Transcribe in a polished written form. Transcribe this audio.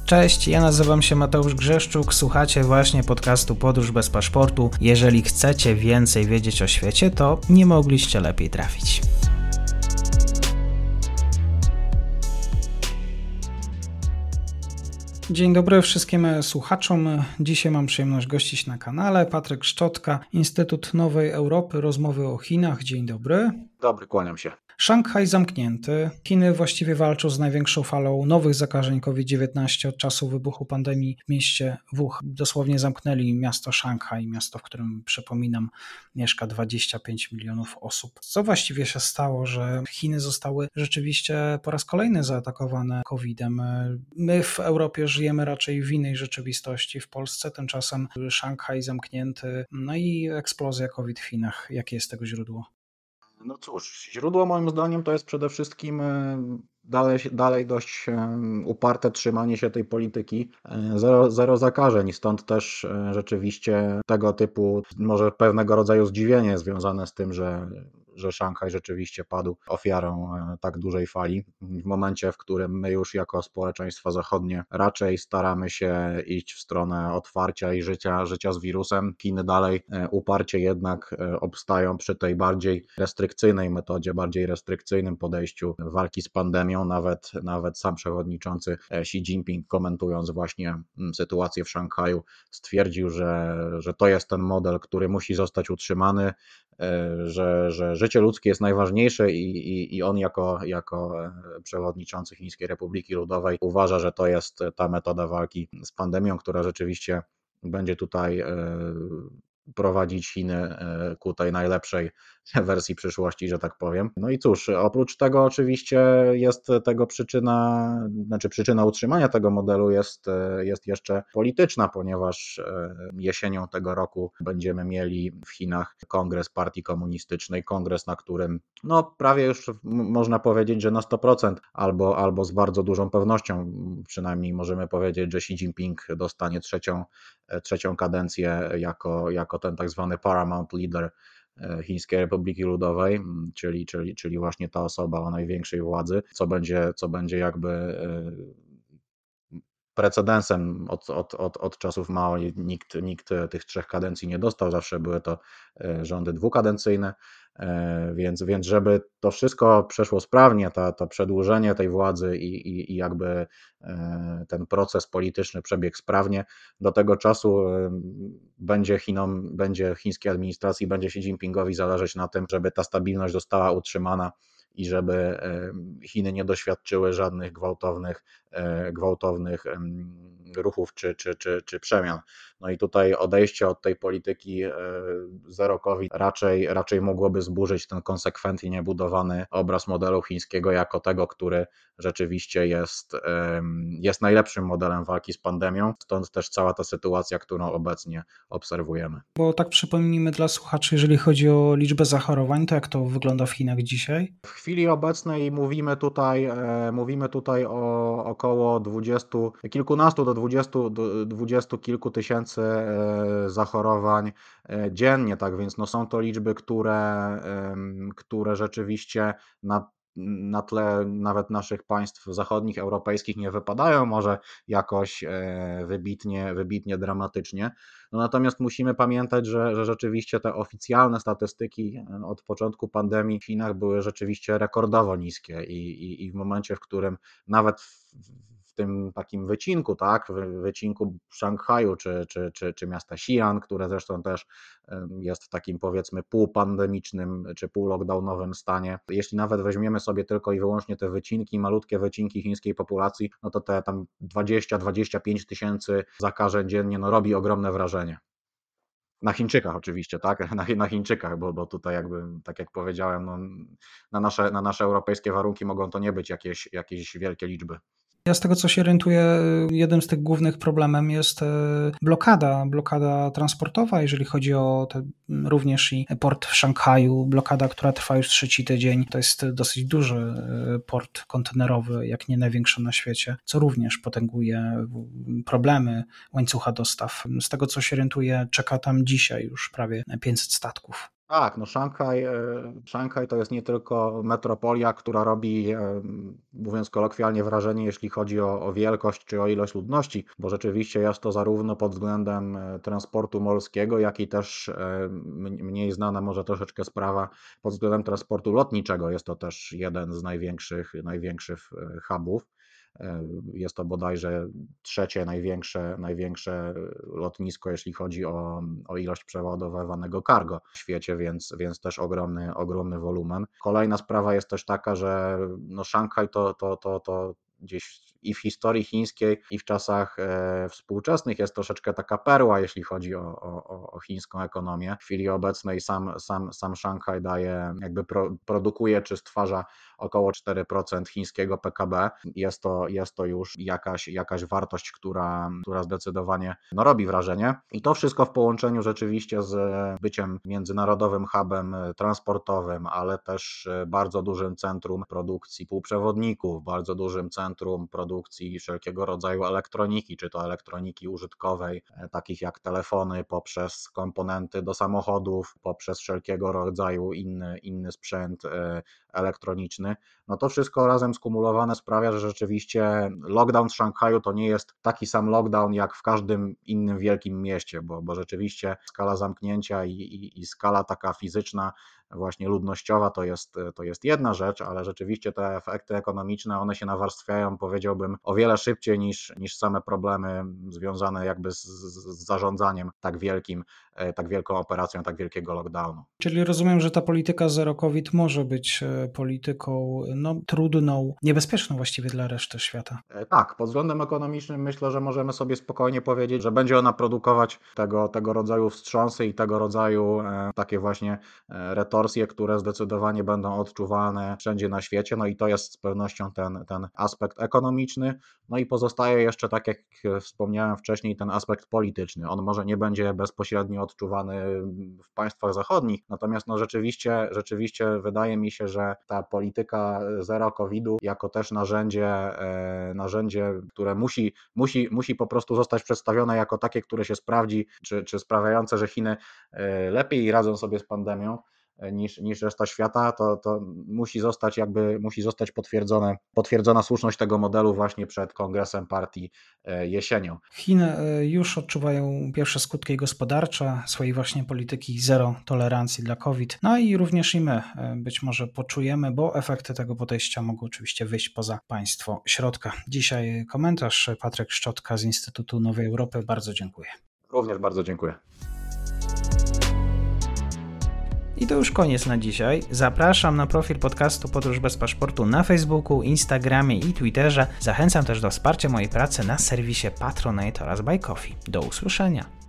Cześć, ja nazywam się Mateusz Grzeszczuk, słuchacie właśnie podcastu Podróż bez paszportu. Jeżeli chcecie więcej wiedzieć o świecie, to nie mogliście lepiej trafić. Dzień dobry wszystkim słuchaczom. Dzisiaj mam przyjemność gościć na kanale Patryk Szczotka, Instytut Nowej Europy, rozmowy o Chinach. Dzień dobry. Dobry, kłaniam się. Szanghaj zamknięty. Chiny właściwie walczą z największą falą nowych zakażeń COVID-19 od czasu wybuchu pandemii w mieście Wuhan. Dosłownie zamknęli miasto Szanghaj, miasto, w którym, przypominam, mieszka 25 milionów osób. Co właściwie się stało, że Chiny zostały rzeczywiście po raz kolejny zaatakowane COVID-em? My w Europie żyjemy raczej w innej rzeczywistości. W Polsce tymczasem Szanghaj zamknięty, no i eksplozja COVID w Chinach. Jakie jest tego źródło? No cóż, źródło moim zdaniem to jest przede wszystkim dalej dość uparte trzymanie się tej polityki zero zakażeń. Stąd też rzeczywiście tego typu może pewnego rodzaju zdziwienie związane z tym, że Szanghaj rzeczywiście padł ofiarą tak dużej fali. W momencie, w którym my już jako społeczeństwo zachodnie raczej staramy się iść w stronę otwarcia i życia z wirusem, Chiny dalej uparcie jednak obstają przy tej bardziej restrykcyjnej metodzie, bardziej restrykcyjnym podejściu walki z pandemią. Nawet sam przewodniczący Xi Jinping, komentując właśnie sytuację w Szanghaju, stwierdził, że to jest ten model, który musi zostać utrzymany, że życie ludzkie jest najważniejsze i on jako przewodniczący Chińskiej Republiki Ludowej uważa, że to jest ta metoda walki z pandemią, która rzeczywiście będzie tutaj prowadzić Chiny ku tej najlepszej wersji przyszłości, że tak powiem. No i cóż, oprócz tego oczywiście jest tego przyczyna utrzymania tego modelu jest jeszcze polityczna, ponieważ jesienią tego roku będziemy mieli w Chinach kongres partii komunistycznej, kongres, na którym prawie już można powiedzieć, że na 100% albo z bardzo dużą pewnością przynajmniej możemy powiedzieć, że Xi Jinping dostanie trzecią kadencję jako ten tak zwany paramount leader Chińskiej Republiki Ludowej, czyli właśnie ta osoba o największej władzy, co będzie jakby precedensem od czasów Mao. Nikt tych 3 kadencji nie dostał, zawsze były to rządy dwukadencyjne, więc żeby to wszystko przeszło sprawnie, to przedłużenie tej władzy i jakby ten proces polityczny przebiegł sprawnie, do tego czasu będzie chińskiej administracji, będzie Xi Jinpingowi zależeć na tym, żeby ta stabilność została utrzymana i żeby Chiny nie doświadczyły żadnych gwałtownych ruchów czy przemian. No i tutaj odejście od tej polityki zero COVID raczej mogłoby zburzyć ten konsekwentnie budowany obraz modelu chińskiego jako tego, który rzeczywiście jest najlepszym modelem walki z pandemią. Stąd też cała ta sytuacja, którą obecnie obserwujemy. Bo tak przypomnijmy dla słuchaczy, jeżeli chodzi o liczbę zachorowań, to jak to wygląda w Chinach dzisiaj? W chwili obecnej mówimy tutaj o około kilkunastu do 20 kilku tysięcy zachorowań dziennie, tak więc są to liczby, które rzeczywiście na tle nawet naszych państw zachodnich, europejskich nie wypadają może jakoś wybitnie dramatycznie. Natomiast musimy pamiętać, że rzeczywiście te oficjalne statystyki od początku pandemii w Chinach były rzeczywiście rekordowo niskie i w momencie, w którym nawet w tym takim wycinku, tak, w wycinku Szanghaju czy miasta Xi'an, które zresztą też jest w takim powiedzmy półpandemicznym czy półlockdownowym stanie. Jeśli nawet weźmiemy sobie tylko i wyłącznie te malutkie wycinki chińskiej populacji, to te tam 20-25 tysięcy zakażeń dziennie robi ogromne wrażenie. Na Chińczykach oczywiście, tak? Na Chińczykach, bo tutaj jakby, tak jak powiedziałem, na nasze europejskie warunki mogą to nie być jakieś wielkie liczby. Ja z tego, co się orientuję, jednym z tych głównych problemem jest blokada transportowa, jeżeli chodzi o również i port w Szanghaju, blokada, która trwa już 3. tydzień. To jest dosyć duży port kontenerowy, jak nie największy na świecie, co również potęguje problemy łańcucha dostaw. Z tego, co się orientuję, czeka tam dzisiaj już prawie 500 statków. Tak, no Szanghaj to jest nie tylko metropolia, która robi, mówiąc kolokwialnie, wrażenie, jeśli chodzi o wielkość czy o ilość ludności, bo rzeczywiście jest to zarówno pod względem transportu morskiego, jak i też mniej znana może troszeczkę sprawa pod względem transportu lotniczego. Jest to też jeden z największych hubów. Jest to bodajże trzecie największe lotnisko, jeśli chodzi o ilość przeładowywanego cargo w świecie, więc też ogromny wolumen. Kolejna sprawa jest też taka, że no Szanghaj to gdzieś i w historii chińskiej, i w czasach współczesnych jest troszeczkę taka perła, jeśli chodzi o chińską ekonomię. W chwili obecnej sam Szanghaj produkuje czy stwarza około 4% chińskiego PKB. Jest to już jakaś wartość, która zdecydowanie robi wrażenie. I to wszystko w połączeniu rzeczywiście z byciem międzynarodowym hubem transportowym, ale też bardzo dużym centrum produkcji półprzewodników, bardzo dużym centrum produkcji wszelkiego rodzaju elektroniki, czy to elektroniki użytkowej, takich jak telefony, poprzez komponenty do samochodów, poprzez wszelkiego rodzaju inny sprzęt elektroniczny. No to wszystko razem skumulowane sprawia, że rzeczywiście lockdown w Szanghaju to nie jest taki sam lockdown jak w każdym innym wielkim mieście, bo rzeczywiście skala zamknięcia i skala taka fizyczna, właśnie ludnościowa to jest jedna rzecz, ale rzeczywiście te efekty ekonomiczne, one się nawarstwiają, powiedziałbym, o wiele szybciej niż same problemy związane jakby z zarządzaniem tak wielką operacją, tak wielkiego lockdownu. Czyli rozumiem, że ta polityka zero COVID może być polityką trudną, niebezpieczną właściwie dla reszty świata. Tak, pod względem ekonomicznym myślę, że możemy sobie spokojnie powiedzieć, że będzie ona produkować tego rodzaju wstrząsy i tego rodzaju takie właśnie retorsje, które zdecydowanie będą odczuwalne wszędzie na świecie. No i to jest z pewnością ten aspekt ekonomiczny. No i pozostaje jeszcze, tak jak wspomniałem wcześniej, ten aspekt polityczny. On może nie będzie bezpośrednio odczuwany w państwach zachodnich, natomiast no rzeczywiście wydaje mi się, że ta polityka zero COVID-u jako też narzędzie, które musi po prostu zostać przedstawione jako takie, które się sprawdzi, czy sprawiające, że Chiny lepiej radzą sobie z pandemią niż reszta świata, to musi zostać potwierdzona słuszność tego modelu właśnie przed Kongresem Partii jesienią. Chiny już odczuwają pierwsze skutki gospodarcze swojej właśnie polityki zero tolerancji dla COVID. No i również i my być może poczujemy, bo efekty tego podejścia mogą oczywiście wyjść poza państwo środka. Dzisiaj komentarz Patryk Szczotka z Instytutu Nowej Europy. Bardzo dziękuję. Również bardzo dziękuję. I to już koniec na dzisiaj. Zapraszam na profil podcastu Podróż bez paszportu na Facebooku, Instagramie i Twitterze. Zachęcam też do wsparcia mojej pracy na serwisie Patronite oraz Buy Coffee. Do usłyszenia.